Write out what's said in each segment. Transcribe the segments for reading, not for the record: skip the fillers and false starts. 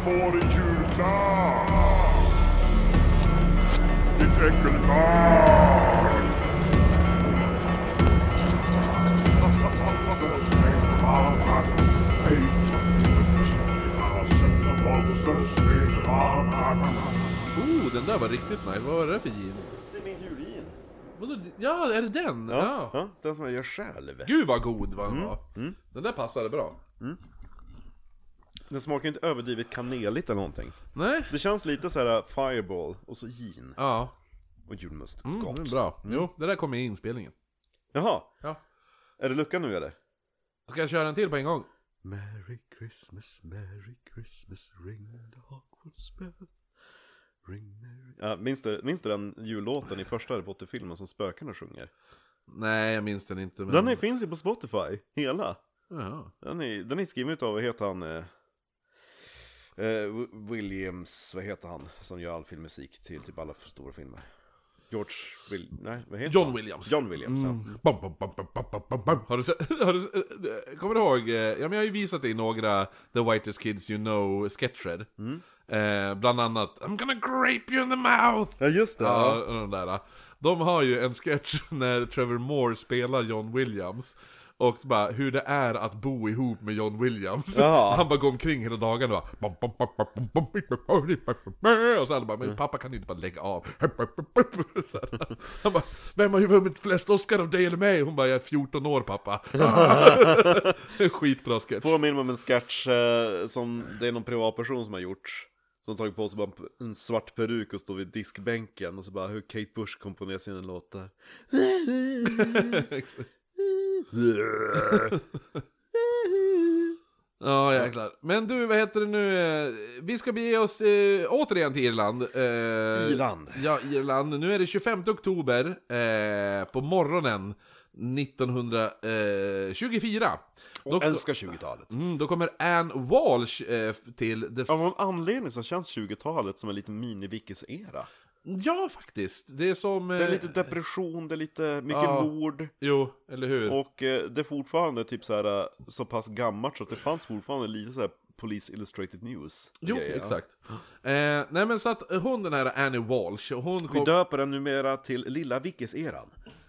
får en julklapp. Ditt äckelbarn. Den där var riktigt nice. Vad var det för gin? Det är min julgin. Ja, är det den? Ja. Den som jag gör själv. Gud vad god vad den var. Den där passade bra. Den smakar inte överdrivet kaneligt eller någonting. Nej. Det känns lite så här Fireball och så gin. Ja. Och julmust. Det är Gott. bra. Jo, det där kommer i inspelningen. Jaha. Ja. Är det lucka nu eller? Ska jag köra en till på en gång? Merry Christmas, ring the Hogwarts bell. Ring Merry... Ja, minns du den jullåten i första Harry Potter-filmen som spökarna sjunger? Nej, jag minns den inte. Men... Den finns ju på Spotify, hela. Jaha. Den är skriven utav, vad heter han? Williams, vad heter han? Som gör all filmmusik till typ alla stora filmer. Vad heter John han? Williams. John Williams, ja. Har du sett, kommer du ihåg, ja men jag har ju visat dig några The Whitest Kids You Know sketcher. Bland annat I'm gonna grape you in the mouth. Ja, just det. Ja, de där. De har ju en sketch när Trevor Moore spelar John Williams. Och bara hur det är att bo ihop med John Williams. Ja. Han bara går omkring hela dagen och bara... Och så han bara, men pappa kan inte bara lägga av. Så här. Han bara, vem har ju vunnit flest Oscar av dig eller mig? Hon bara, jag är 14 år pappa. Skitbra sketch. Påminner om en sketch som det är någon privatperson som har gjort. Som tagit på sig bara en svart peruk och står vid diskbänken. Och så bara hur Kate Bush komponerar sina låtar. Ja, jäklar. Men du, vad heter det nu? Vi ska bege oss återigen till Irland. Irland. Ja, Irland. Nu är det 25 oktober på morgonen 1924. Och älskar 20-talet. Då kommer Anne Walsh till... Av någon anledning så känns 20-talet som en liten mini-Vickis-era. Ja, faktiskt. Det är som... Det är lite depression, det är lite mycket mord. Jo, eller hur? Och det är fortfarande typ så här så pass gammalt så att det fanns fortfarande lite så här Police Illustrated News. Jo, grejer. exakt. Nej, men så att hon, den här Annie Walsh, hon Vi döper den numera till Lilla Vickis-eran.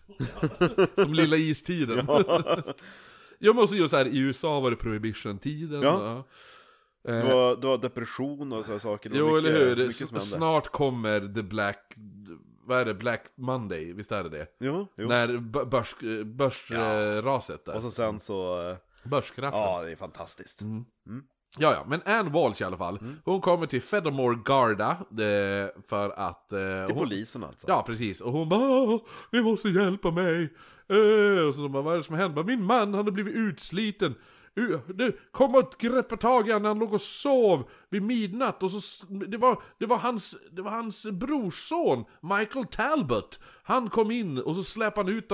som lilla istiden. Jag måste ju så här, i USA var det prohibition-tiden. Ja. Det var depression och så här saker. Jo, mycket, eller hur? Mycket som hände. Snart kommer the Black... Vad är det? Black Monday, visst är det? Jo. När börsraset där. Och så sen så... Börskraschen. Ja, det är fantastiskt. Ja, men Anne Walsh i alla fall. Hon kommer till Federmore Garda för att... Till polisen alltså. Ja, precis. Och hon bara, vi måste hjälpa mig. Och så de bara, vad är det som händer? Min man, han har blivit utsliten. Kom och greppa tag i han när han låg och sov vid midnatt. Och så, det var hans brorsson Michael Talbot. Han kom in och så släppte han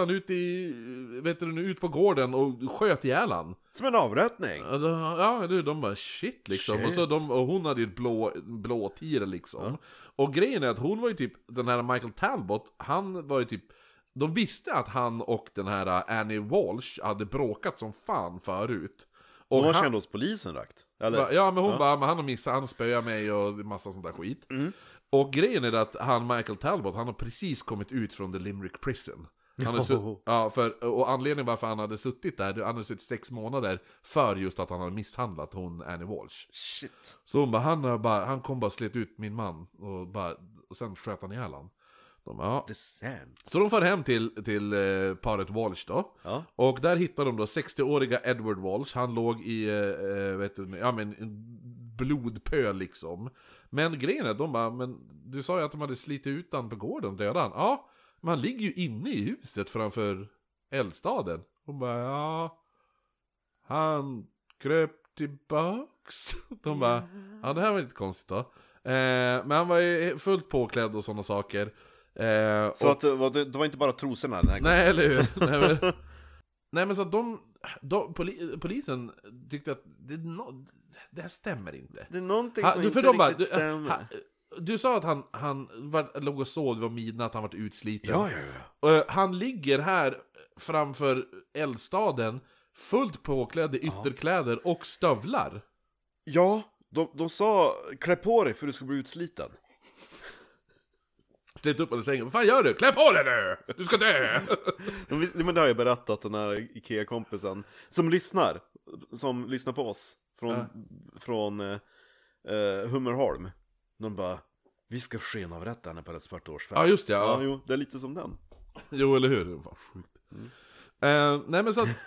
ut på gården och sköt ihjäl han. Som en avrättning. Ja, de bara shit liksom. Shit. Och hon hade ju ett blå tira liksom. Och grejen är att hon var ju typ, den här Michael Talbot, han var ju typ, de visste att han och den här Annie Walsh hade bråkat som fan förut. Och hon kände hos polisen rakt. Eller? Ja, men hon bara, men han har missat, han spöar mig och massa sånt där skit. Och grejen är att han, Michael Talbot, han har precis kommit ut från the Limerick Prison. Och anledningen varför han hade suttit där, han hade suttit 6 månader för just att han hade misshandlat hon Annie Walsh. Shit. Så hon han kom bara slet ut min man och sen sköt han ihjäl han. Så de far hem till paret Walsh då. Ja. Och där hittar de då 60-åriga Edward Walsh. Han låg i en blodpöl liksom. Men grejen är, de bara, men du sa ju att de hade slitit ut han på gården dödan. Ja, men han ligger ju inne i huset framför eldstaden. Hon bara, ja, han kröp tillbaks. De bara, ja, det här var lite konstigt då. Men han var ju fullt påklädd och sådana saker. Så att det var inte bara trosorna den här gången. Nej, eller hur? Nej, men så att polisen tyckte att det här stämmer inte. Det är någonting som inte riktigt stämmer. Du sa att han låg och sov, det var midnatt, han var utsliten. Ja. Han ligger här framför eldstaden fullt påklädd i ytterkläder och stövlar. Ja, De sa, klä på dig för du ska bli utsliten. Släppt upp under sängen. Vad fan gör du? Klä på dig nu! Du ska dö! Men det har jag berättat, den här Ikea-kompisen som lyssnar på oss från Hummerholm. De bara, vi ska skenavrätta henne på ett svartårsfest. Ja, just det, ja. Ja, jo, det är lite som den. Jo, eller hur? Det var sjukt. Nej, men så att...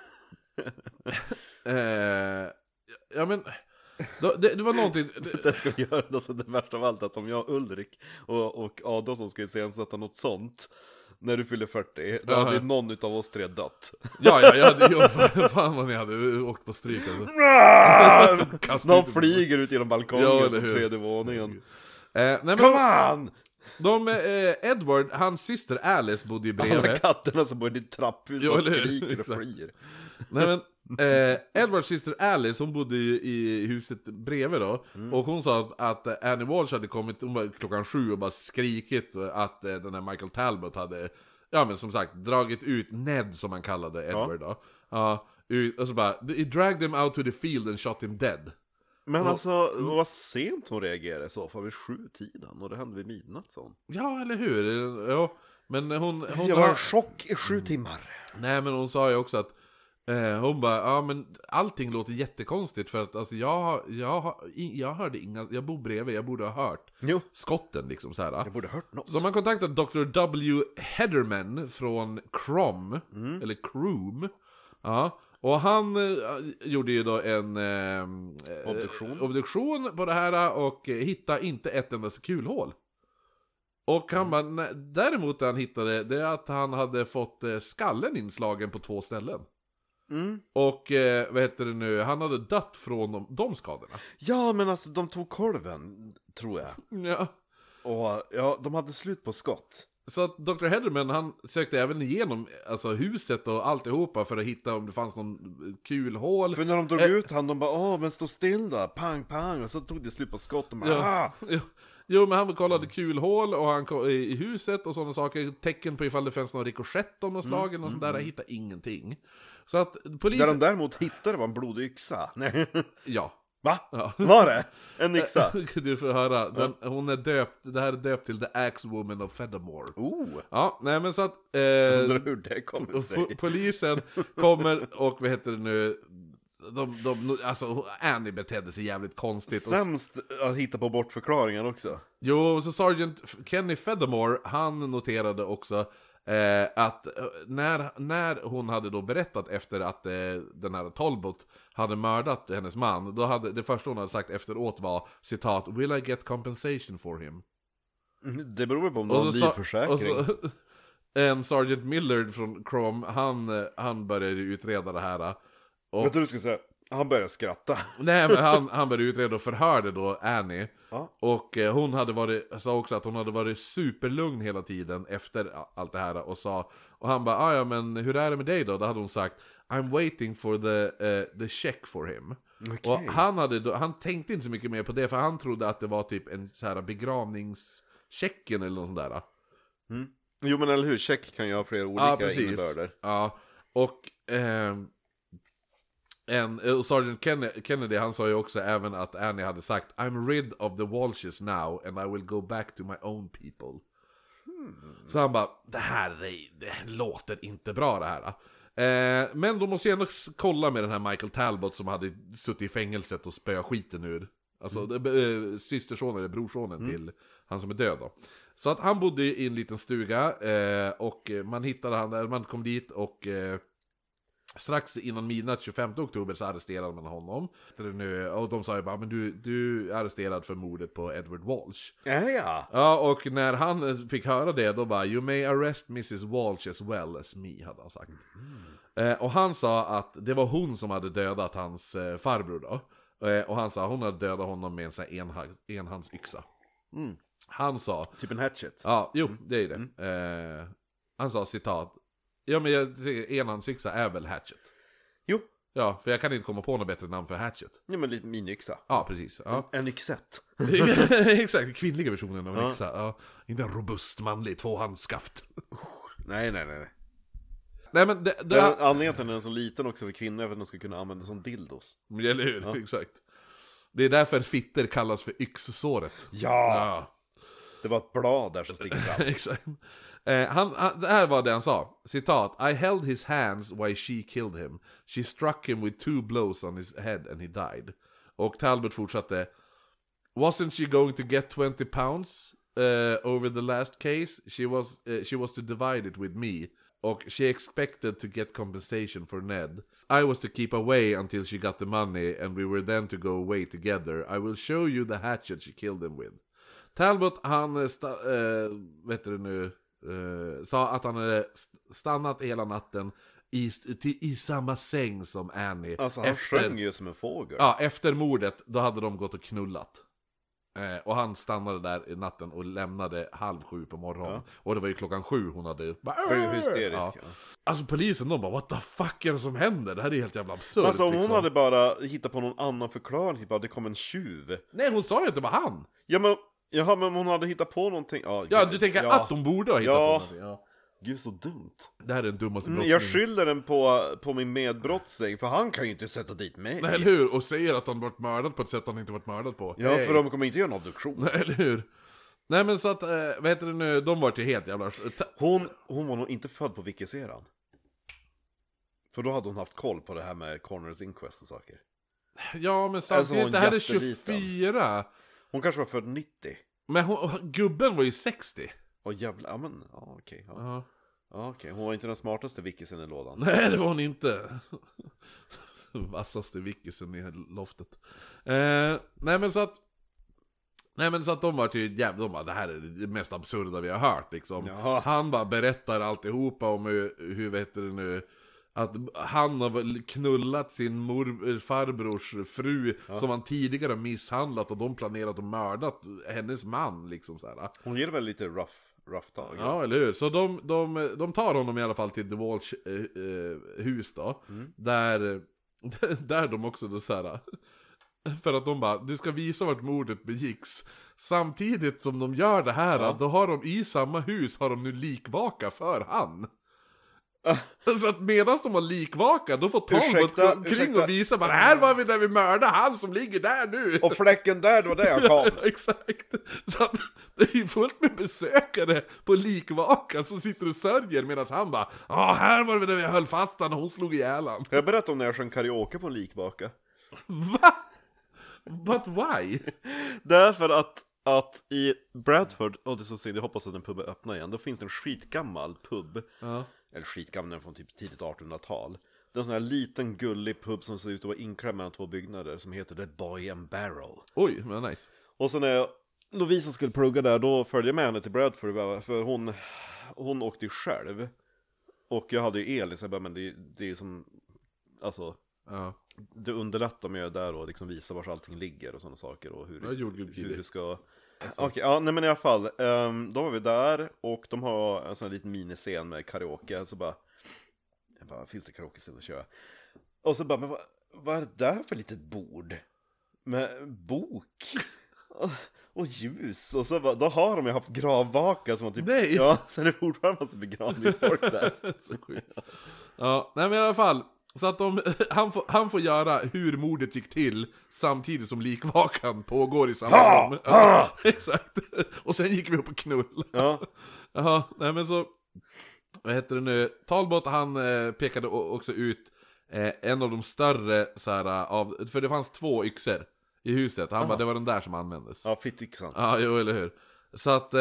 ja, men... Det var någonting... Det ska vi göra, alltså det värsta av allt, att om jag, Ulrik och Adolfsson ska iscensätta något sånt när du fyller 40, då hade någon utav oss tre dött. Ja, jag hade... Fan vad ni hade åkt på stryk alltså. Någon flyger ut genom balkongen Ja, på 3:e våningen. Nej, men Come on! Edward, hans syster Alice bodde ju bredvid. Alla katterna som bor i ditt trapphus och eller hur? skriker och Exakt. flyr. Nej, men Edwards syster Alice, hon bodde ju i huset bredvid då. Och hon sa att Annie Walsh hade kommit, hon var klockan 7 och bara skrikit att den här Michael Talbot hade, ja men som sagt, dragit ut Ned, som man kallade Edward då. Ja, och så bara, he dragged him out to the field and shot him dead. Men alltså, vad sent hon reagerade i så fall, vid 7-tiden, och det hände vid midnatt sån. Ja, eller hur? Ja, men hon Jag var i chock i 7 timmar. Nej, men hon sa ju också att hon bara, ja men allting låter jättekonstigt för att alltså jag hörde inga, jag bor bredvid, jag borde ha hört skotten liksom så här. Jag borde ha hört något. Så man kontaktade Dr. W. Hedderman från Crom, eller Croom. Ja, och han gjorde ju då en obduktion på det här och hittade inte ett enda kulhål. Och han bara, däremot det han hittade, det är att han hade fått skallen inslagen på 2 ställen. Och vad heter det nu, han hade dött från de skadorna. Ja, men alltså de tog kolven, tror jag. Ja. Och ja, de hade slut på skott. Så att Dr. Hedderman, han sökte även igenom alltså huset och alltihopa för att hitta om det fanns någon kulhål. För när de drog ut han, de bara, men stå still då, pang, pang. Och så tog det slut på skott och bara, Jo, men han kollade kulhål och han i huset och sådana saker, tecken på ifall det fanns någon rikoschett om någon slagen och sånt där, hittade ingenting. Så att polisen... Där de däremot hittade var en blodig yxa. Nej. Ja. Va? Ja. Var det? En yxa? Du får höra, hon är döpt, det här är döpt till The Axe Woman of Fedamore. Ja, nej men så att... Undrar hur det kommer sig. Polisen kommer och vad heter det nu... Alltså Annie betedde sig jävligt konstigt. Sämst att hitta på bortförklaringar också. Jo, så Sergeant Kenny Fedamore, han noterade också att när hon hade då berättat efter att den här Talbot hade mördat hennes man, då hade det första hon hade sagt efteråt var citat, "Will I get compensation for him?" Det beror på om det var en livförsäkring. En Sergeant Millard från Crom, han började utreda det här. Och, jag tror du skulle säga, han började skratta. Nej, men han började utreda och förhörde då Annie. Ja. Och hon sa också att hon hade varit superlugn hela tiden efter allt det här. Och han bara, ja men hur är det med dig då? Då hade hon sagt, I'm waiting for the check for him. Okay. Och han tänkte inte så mycket mer på det, för han trodde att det var typ en så här begravningschecken eller något sånt där. Jo, men eller hur, check kan ju ha flera olika innebörder. Ja, och Sergeant Kennedy, han sa ju också även att Annie hade sagt, I'm rid of the Walshes now and I will go back to my own people. Så han bara, det låter inte bra det här. Men då måste jag ändå kolla med den här Michael Talbot som hade suttit i fängelset och spöat skiten ur. Alltså systersonen eller brorsonen till han som är död då. Så att han bodde i en liten stuga och man hittade han där, man kom dit och strax innan midnatt 25 oktober så arresterade man honom. Och de sa ju bara, men du är arresterad för mordet på Edward Walsh. Ja, och när han fick höra det, då bara, you may arrest Mrs. Walsh as well as me, hade han sagt. Och han sa att det var hon som hade dödat hans farbror då. Och han sa att hon hade dödat honom med en sån här enhandsyxa. Han sa... Typ en hatchet. Ja, jo, det är det. Han sa citat, ja men enhandsyxa är väl hatchet? Jo. Ja, för jag kan inte komma på något bättre namn för hatchet. Ja, men lite miniyxa. Ja, precis. Ja. En yxett. Exakt, kvinnliga versionen av en yxa. Ja. Inte en robust manlig tvåhandsskaft. Nej. Nej, men anledningen till den är så liten också för kvinnor, för att de ska kunna använda som dildos. Eller hur, exakt. Det är därför fitter kallas för yxsåret. Ja. Det var ett blad där som sticker fram. Exakt. Det här var det han sa. Citat: I held his hands while she killed him. She struck him with 2 blows on his head and he died. Och Talbot fortsatte: Wasn't she going to get 20 pounds over the last case? She was to divide it with me. Och she expected to get compensation for Ned. I was to keep away until she got the money and we were then to go away together. I will show you the hatchet she killed him with. Talbot, han sa att han hade stannat hela natten i samma säng som Annie. Alltså han sjöng ju som en fågel. Ja, efter mordet, då hade de gått och knullat. Och han stannade där i natten och lämnade 6:30 på morgonen. Ja. Och det var ju 7:00 hon hade blev hysterisk. Ja. Alltså polisen, de bara, what the fuck är det som händer? Det här är helt jävla absurt. Alltså om liksom. hon hade bara hittat på någon annan förklaring, typ att det kom en tjuv. Nej, hon sa ju att det var han. Ja men hon hade hittat på någonting. Ja, du tänker att de borde ha hittat på någonting. Ja. Gud, så dumt. Det här är den dummaste brottslingen. Jag skyller den på min medbrottsling, för han kan ju inte sätta dit mig. Nej, eller hur? Och säger att han varit mördad på ett sätt han inte varit mördad på. Ja, för de kommer inte göra en obduktion. Nej, eller hur? Nej, men så att, vad heter det nu? De var till helt jävla... Hon var nog inte född på Wikis-eran. För då hade hon haft koll på det här med Coroner's Inquest och saker. Ja, men samtidigt, alltså, det här är 24. Hon kanske var född 90. Men gubben var ju 60. Åh jävlar, ja men, ja okej. Ja. Ja. Ja, okej. Hon var inte den smartaste Wikisen i lådan. Nej, det var hon inte. Vassaste Wikisen i loftet. Nej men så att de var till jävla, de bara, det här är det mest absurda vi har hört liksom. Jaha. Han bara berättar alltihopa om hur vet du nu, att han har knullat sin farbrors fru som han tidigare misshandlat, och de planerat att mördat hennes man liksom så här. Hon ger väl lite rough tag. Ja, eller hur? Så de tar honom i alla fall till The Walsh hus då. Där de också då så här, för att de bara, du ska visa vart mordet begicks. Samtidigt som de gör det här, då har de i samma hus har de nu likvaka för han. Så att medan de har likvaka, då får Talbot gå omkring och visa bara, här var vi där vi mördade han som ligger där nu. Och fläcken där, då det kom. Exakt. Så att det är ju fullt med besökare på likvakan som sitter och sörjer, medan han bara, här var vi där vi höll fast han och hon slog ihjäl han. Jag berättade om när jag sjöng karaoke på en likvaka. Va? But why? Därför att i Bradford, det är så synd, jag hoppas att den puben öppnar igen. Då finns det en skitgammal pub. Ja. Eller skitgammal från typ tidigt 1800-tal. Det är en sån här liten gullig pub som ser ut att vara inklämd mellan 2 byggnader, som heter The Boy and Barrel. Oj, men nice. Och så när Lovisa skulle plugga där, då följde jag med henne till Bradford, för hon åkte ju själv. Och jag hade ju el, så jag bara, men det är ju som, alltså, det underlättar med jag där och liksom visa var allting ligger och sådana saker och hur det ska. Okej, ja, nej men i alla fall, då var vi där och de har en sån här liten miniscen med karaoke, så bara, jag bara, finns det karaoke-scen att köra? Och så bara, men vad är det där för litet bord? Med bok och ljus, och så bara, då har de ju haft gravvaka som typ, nej. Ja, sen är det fortfarande massa begravningsfolk där. Så sjukt. Ja, nej men i alla fall, så att han får göra hur mordet gick till samtidigt som likvakan pågår i samma rum. Ja, exakt. Och sen gick vi upp och knulla. Ja. Jaha, nej men så, vad heter det nu? Talbot, han pekade också ut en av de större så här, för det fanns 2 yxor i huset. Han bara, det var den där som användes. Ja, fittyxan. Ja, jo, eller hur. Så att,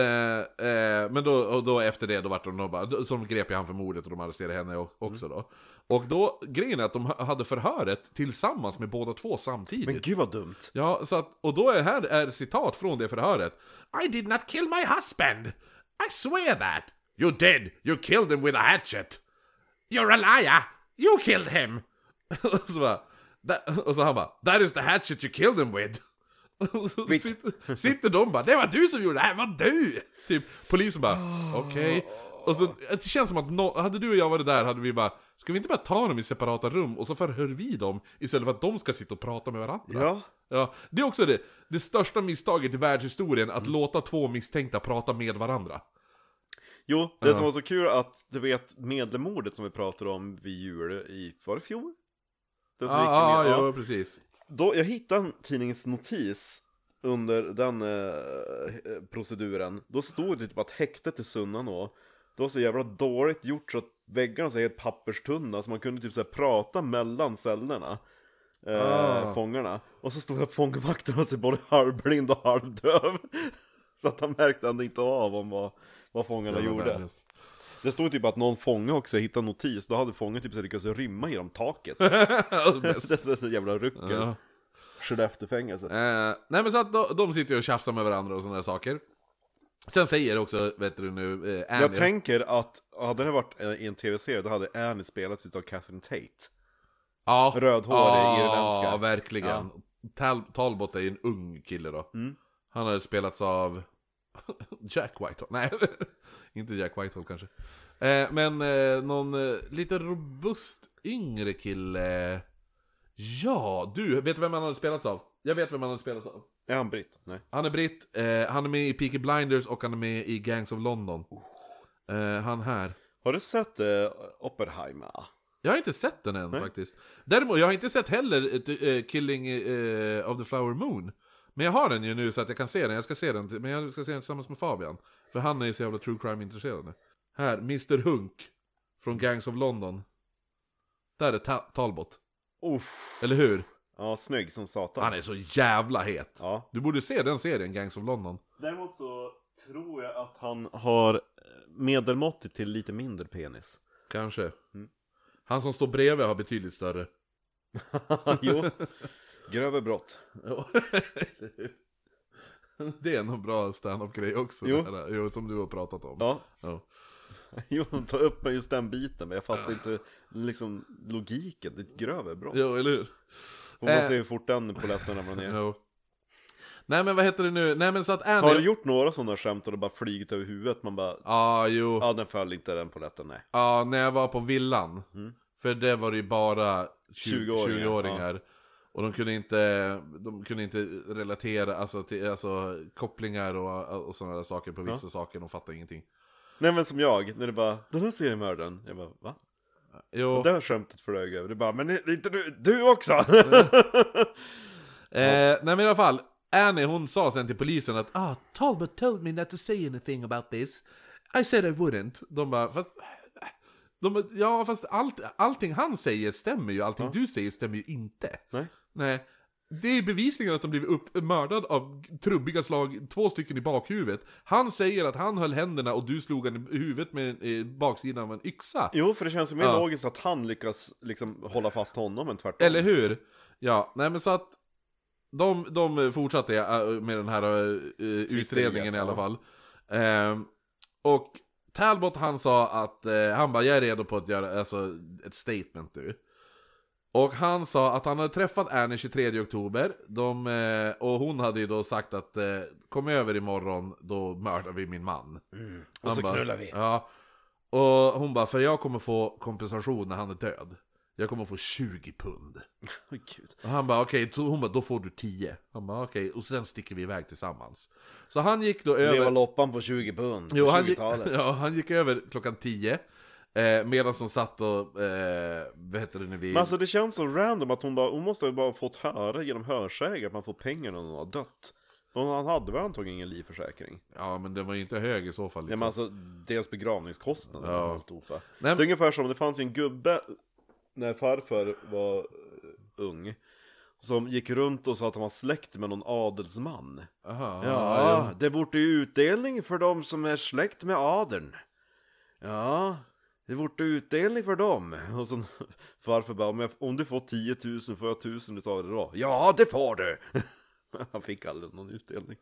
men då efter det, då vart de bara, som grep jag han för mordet och de arresterade henne också då. Och då, grejen är att de hade förhöret tillsammans med båda 2 samtidigt. Men gud vad dumt. Ja, så att, och då är citat från det förhöret. I did not kill my husband. I swear that. You did. You killed him with a hatchet. You're a liar. You killed him. och så han bara, that is the hatchet you killed him with. Och så sitter de bara, det var du som gjorde det här, var du? Typ, polisen bara, okej. Och så, det känns som att hade du och jag varit där, hade vi bara, ska vi inte bara ta dem i separata rum och så förhör vi dem istället för att de ska sitta och prata med varandra? Ja, det är också det största misstaget i världshistorien, att låta 2 misstänkta prata med varandra. Jo, det som var så kul att, du vet, medlemordet som vi pratade om vid jul i förfjol? Ja, precis. då jag hittade en tidningsnotis under den proceduren. Då stod det typ att häktet i Sunnanå, det var så jävla dåligt gjort så att väggarna så är helt papperstunna, så man kunde typ så här prata mellan cellerna, fångarna. Och så stod jag fångvakten och så både halvblind och halvdöv. Så att han märkte ändå inte av om vad fångarna gjorde. Det stod typ att någon fånge också hittade notis. Då hade fången typ så lyckats rymma genom taket. Det är så jävla ruckel. Ja. Skellefteåfängelset. Nej men så att de sitter ju och tjafsar med varandra och sådana där saker. Sen säger också, vet du nu, Annie. Jag tänker att hade det varit i en tv-serie, då hade Annie spelats utav Catherine Tate. Ja. Rödhårig irländska. Ja, verkligen. Ja. Talbot är ju en ung kille då. Han har spelats av Jack Whitehall. Nej, inte Jack Whitehall kanske. Men någon lite robust yngre kille. Ja, du, vet du vem han hade spelats av? Jag vet vem han hade spelats av. Är han britt? Nej. Han är britt, han är med i Peaky Blinders och han är med i Gangs of London. Han här. Har du sett Oppenheimer? Jag har inte sett den än faktiskt. Däremot, jag har inte sett heller Killing of the Flower Moon. Men jag har den ju nu så att jag kan se den. Jag ska se den, men jag ska se den tillsammans med Fabian. För han är ju så jävla true crime intresserad. Här, Mr. Hunk från Gangs of London. Där är Talbot. Eller hur? Ja, snygg som satan. Han är så jävla het. Ja. Du borde se den serien, Gangs of London. Däremot så tror jag att han har medelmåttigt till lite mindre penis. Kanske. Han som står bredvid har betydligt större. Jo. Grövre brott. Det är en bra stand-up-grej också. Jo, som du har pratat om. Ja. Jo, ta upp med just den biten. Men jag fattar inte liksom logiken. Det är ett grövre brott. Jo, eller hur? Och man ser hur fort den polletten ramlar ner. Jo. Nej men vad heter det nu? Nej men så att Annie... Har du gjort några sådana skämt och det bara flygit över huvudet? Man bara... jo. Ja, den föll inte den polletten, nej. Ja, när jag var på villan. För det var ju bara 20-åringar. Och de kunde inte relatera alltså, till kopplingar och sådana där saker på vissa saker. De fattar ingenting. Nej men som jag, när det bara, den här seriemördaren. Jag bara, va? Jo. Och det här skämtet flög över. Det bara, men är inte du också? Nej men i alla fall, Annie hon sa sen till polisen att Talbot told me not to say anything about this. I said I wouldn't. De bara, fast allting han säger stämmer ju. Allting du säger stämmer ju inte. Nej. Det är bevisligen att de blivit mördad av trubbiga slag, 2 stycken i bakhuvudet. Han säger att han höll händerna och du slog han i huvudet med baksidan av en yxa. Jo, för det känns ju mer logiskt att han lyckas liksom hålla fast honom än tvärtom. Eller hur? Ja, nej men så att de fortsatte med den här utredningen i alla fall. Och Talbot han sa att han bara, jag är redo på att göra ett statement nu. Och han sa att han hade träffat Annie 23 oktober. Och hon hade ju då sagt att kom över imorgon, då mördar vi min man. Och så knullar vi. Ja. Och hon bara, för jag kommer få kompensation när han är död. Jag kommer få 20 pund. Gud. Och han bara, okej, hon bara, då får du 10. Han bara, okej, och sen sticker vi iväg tillsammans. Så han gick då över... Leva loppan på 20 pund. Jo, på 20-talet. han gick över klockan 10. Medan som satt och vad heter det nu Men alltså det känns så random att hon måste ha bara fått höra genom hörsägare att man får pengar när någon har dött. Och han hade väl antagligen ingen livförsäkring. Ja, men det var ju inte hög i så fall liksom. Ja, men alltså deras begravningskostnader. Ja. Det är ungefär som det fanns en gubbe när farfar var ung, som gick runt och sa att han var släkt med någon adelsman. Aha, ja, det borde ju utdelning för dem som är släkt med adeln. Ja, det borde utdelning för dem. Och så farfar bara, om du får 10 000 får jag 1000 utav det då. Ja, det får du. Han fick aldrig någon utdelning.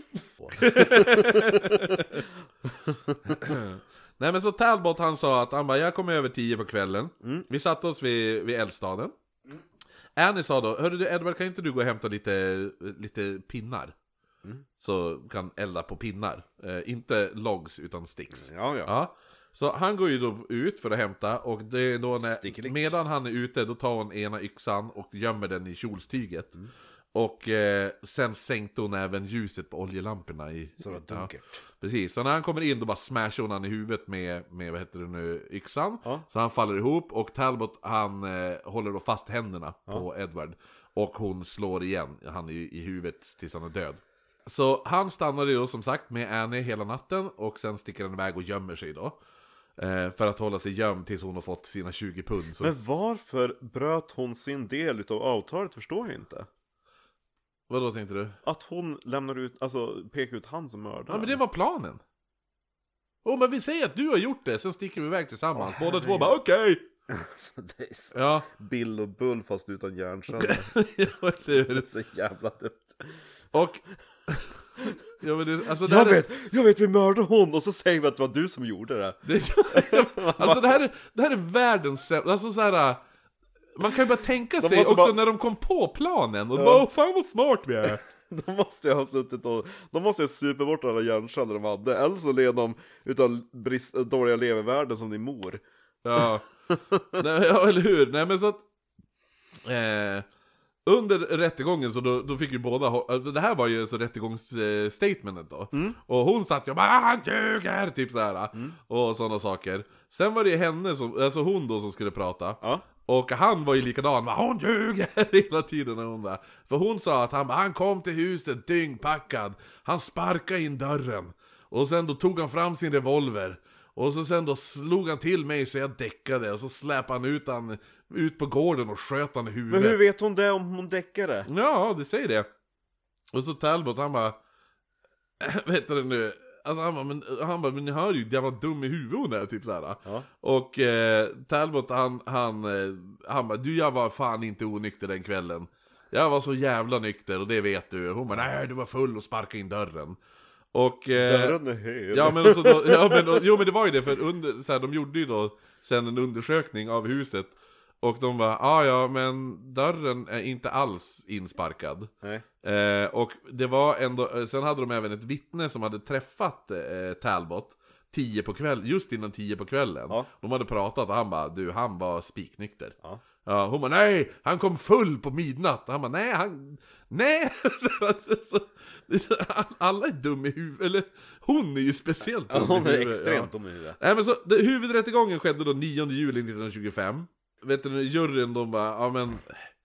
Nej men så Talbot han sa att han bara, jag kommer över 10 på kvällen. Vi satte oss vid eldstaden. Annie sa då, hörru du Edward, kan inte du gå och hämta lite pinnar? Så kan elda på pinnar. Inte logs utan sticks. Ja. Så han går ju då ut för att hämta. Och det är då medan han är ute, då tar hon ena yxan och gömmer den i kjolstyget. Och sen sänkte hon även ljuset på oljelamporna i... Så det var dunkert. Precis, så när han kommer in då bara smashar hon han i huvudet med vad heter det nu, yxan. Så han faller ihop och Talbot han håller då fast händerna på Edward. Och hon slår igen han i huvudet tills han är död. Så han stannade ju då som sagt med Annie hela natten och sen sticker han iväg och gömmer sig då. För att hålla sig gömd tills hon har fått sina 20 pund. Så... Men varför bröt hon sin del utav avtalet förstår jag inte. Vad då tänkte du? Att hon lämnar ut, alltså pekar ut han som mördare. Ja men det var planen. Men vi säger att du har gjort det, sen sticker vi iväg tillsammans. Båda två bara okej. Så det är så. Ja. Bill och Bull fast utan hjärnceller. Det är så jävla dumt. Och ja, men det, alltså, jag vet vi mördade hon och så säger vi att det var du som gjorde det. Alltså det här är världens alltså så här. Man kan ju bara tänka sig också bara... när de kom på planen och bara fan vad smart vi är. De måste ju ha suttit och de måste ju super bort alla hjärnceller de hade. Eller så led de utan dåliga levervärden som din mor. Ja. Nej, ja, eller hur? Nej men så att under rättegången så då fick ju båda det här var ju så rättegångsstatementet då. Och hon satt ju bara han ljuger typ så här och sådana saker. Sen var det henne som alltså hon då som skulle prata. Ja. Och han var ju likadan, hon ljuger hela tiden när hon var. För hon sa att han kom till huset dyngpackad. Han sparkade in dörren. Och sen då tog han fram sin revolver. Och så sen då slog han till mig så jag däckade. Och så släpade han ut på gården och sköt han i huvudet. Men hur vet hon det om hon däckade? Ja, det säger det. Och så Talbot han bara vet du det nu? Alltså han bara, men ni hör ju jävla dum i huvudet hon är, typ såhär. Ja. Och Talbot han bara, jag var fan inte onykter den kvällen. Jag var så jävla nykter och det vet du. Hon bara, nej du var full och sparkade in dörren. Och dörren är hel. Ja men, så då, jo men det var ju det för så här, de gjorde ju då sen en undersökning av huset. Och de bara, ja men dörren är inte alls insparkad. Nej. Och det var ändå, sen hade de även ett vittne som hade träffat Talbot 10 på kvällen, just innan 10 på kvällen. Ja. De hade pratat och han bara, han var spiknykter. Ja. Ja, hon bara, nej, han kom full på midnatt. Han bara, nej. Alla är dum i huvudet. Eller hon är ju speciellt dum i huvudet. Hon är extremt dum i huvudet. Nej men så, huvudrättegången skedde då 9 juli 1925. Vet du, juryn de bara, ja men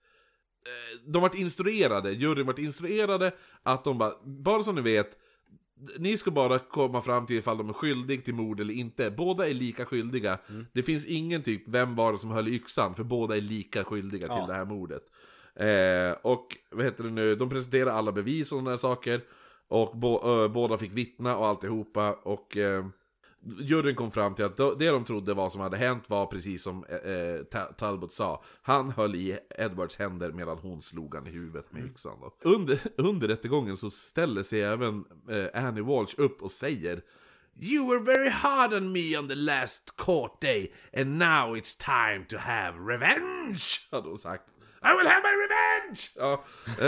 juryn vart instruerade att de bara som ni vet, ni ska bara komma fram till ifall de är skyldiga till mord eller inte. Båda är lika skyldiga. Det finns ingen typ, vem var det som höll yxan, för båda är lika skyldiga till det här mordet. Och vad heter det nu, de presenterar alla bevis och sådana saker. Och båda fick vittna och alltihopa. Och juryn kom fram till att det de trodde var som hade hänt var precis som Talbot sa. Han höll i Edwards händer medan hon slog han i huvudet med yxan då. Under rättegången så ställer sig även Annie Walsh upp och säger: "You were very hard on me on the last court day, and now it's time to have revenge", hade hon sagt. "I will have my revenge!" Ja.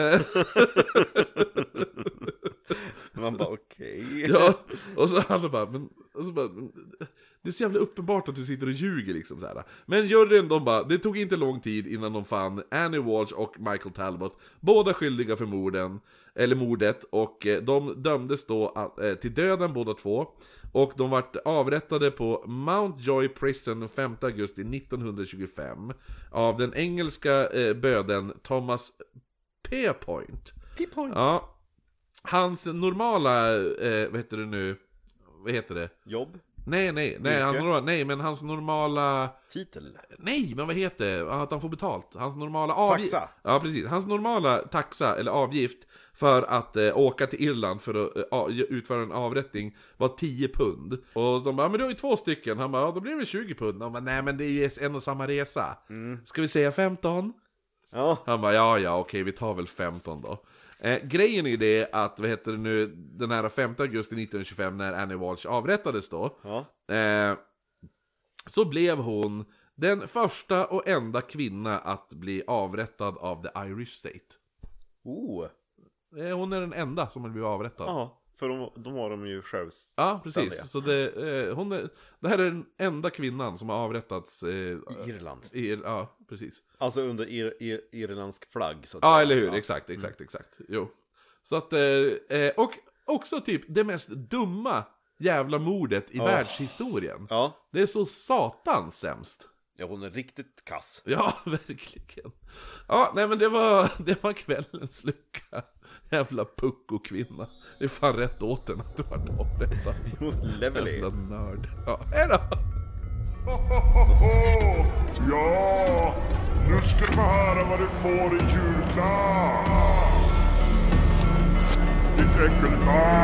Man bara okej. Ja, och så alla bara, det är så jävla uppenbart att du sitter och ljuger liksom så här. Men juryn de bara, det tog inte lång tid innan de fann Annie Walsh och Michael Talbot, båda skyldiga för mordet, och de dömdes då till döden båda två. Och de vart avrättade på Mountjoy Prison den 5 augusti 1925 av den engelska böden Thomas Pierpoint. Ja. Hans normala, vad heter det? Jobb? Nej, men hans normala titel? Nej, men vad heter det? Att han får betalt. Hans normala avgift. Taxa? Ja, precis. Hans normala taxa eller avgift för att åka till Irland för att utföra en avrättning var 10 pund. Och de bara, men det var ju 2 stycken. Han bara, ja, då blir det 20 pund. De bara, nej men det är ju en och samma resa. Ska vi säga 15? Ja. Han bara, ja, okej, vi tar väl 15 då. Grejen är det att, den här 5 augusti 1925 när Annie Walsh avrättades då, så blev hon den första och enda kvinna att bli avrättad av the Irish State. Hon är den enda som har blivit avrättad. Ja, för de har de ju själv. Ja, precis. Så det här är den enda kvinnan som har avrättats I Irland. Ja, precis. Alltså under irländsk flagg så att Ja, säga. eller hur? Exakt. Jo. Så att, och också typ det mest dumma jävla mordet i världshistorien. Ja. Det är så satans sämst. Ja, hon är riktigt kass. Ja, verkligen. Ja, nej men det var kvällens lucka. Jävla pucko-kvinna. Det är fan rätt åt den att du har avrättat. Level Jävla nörd. Ja, hejdå! Ja, nu ska du få höra vad du får i julklapp. Ditt äckelbarn.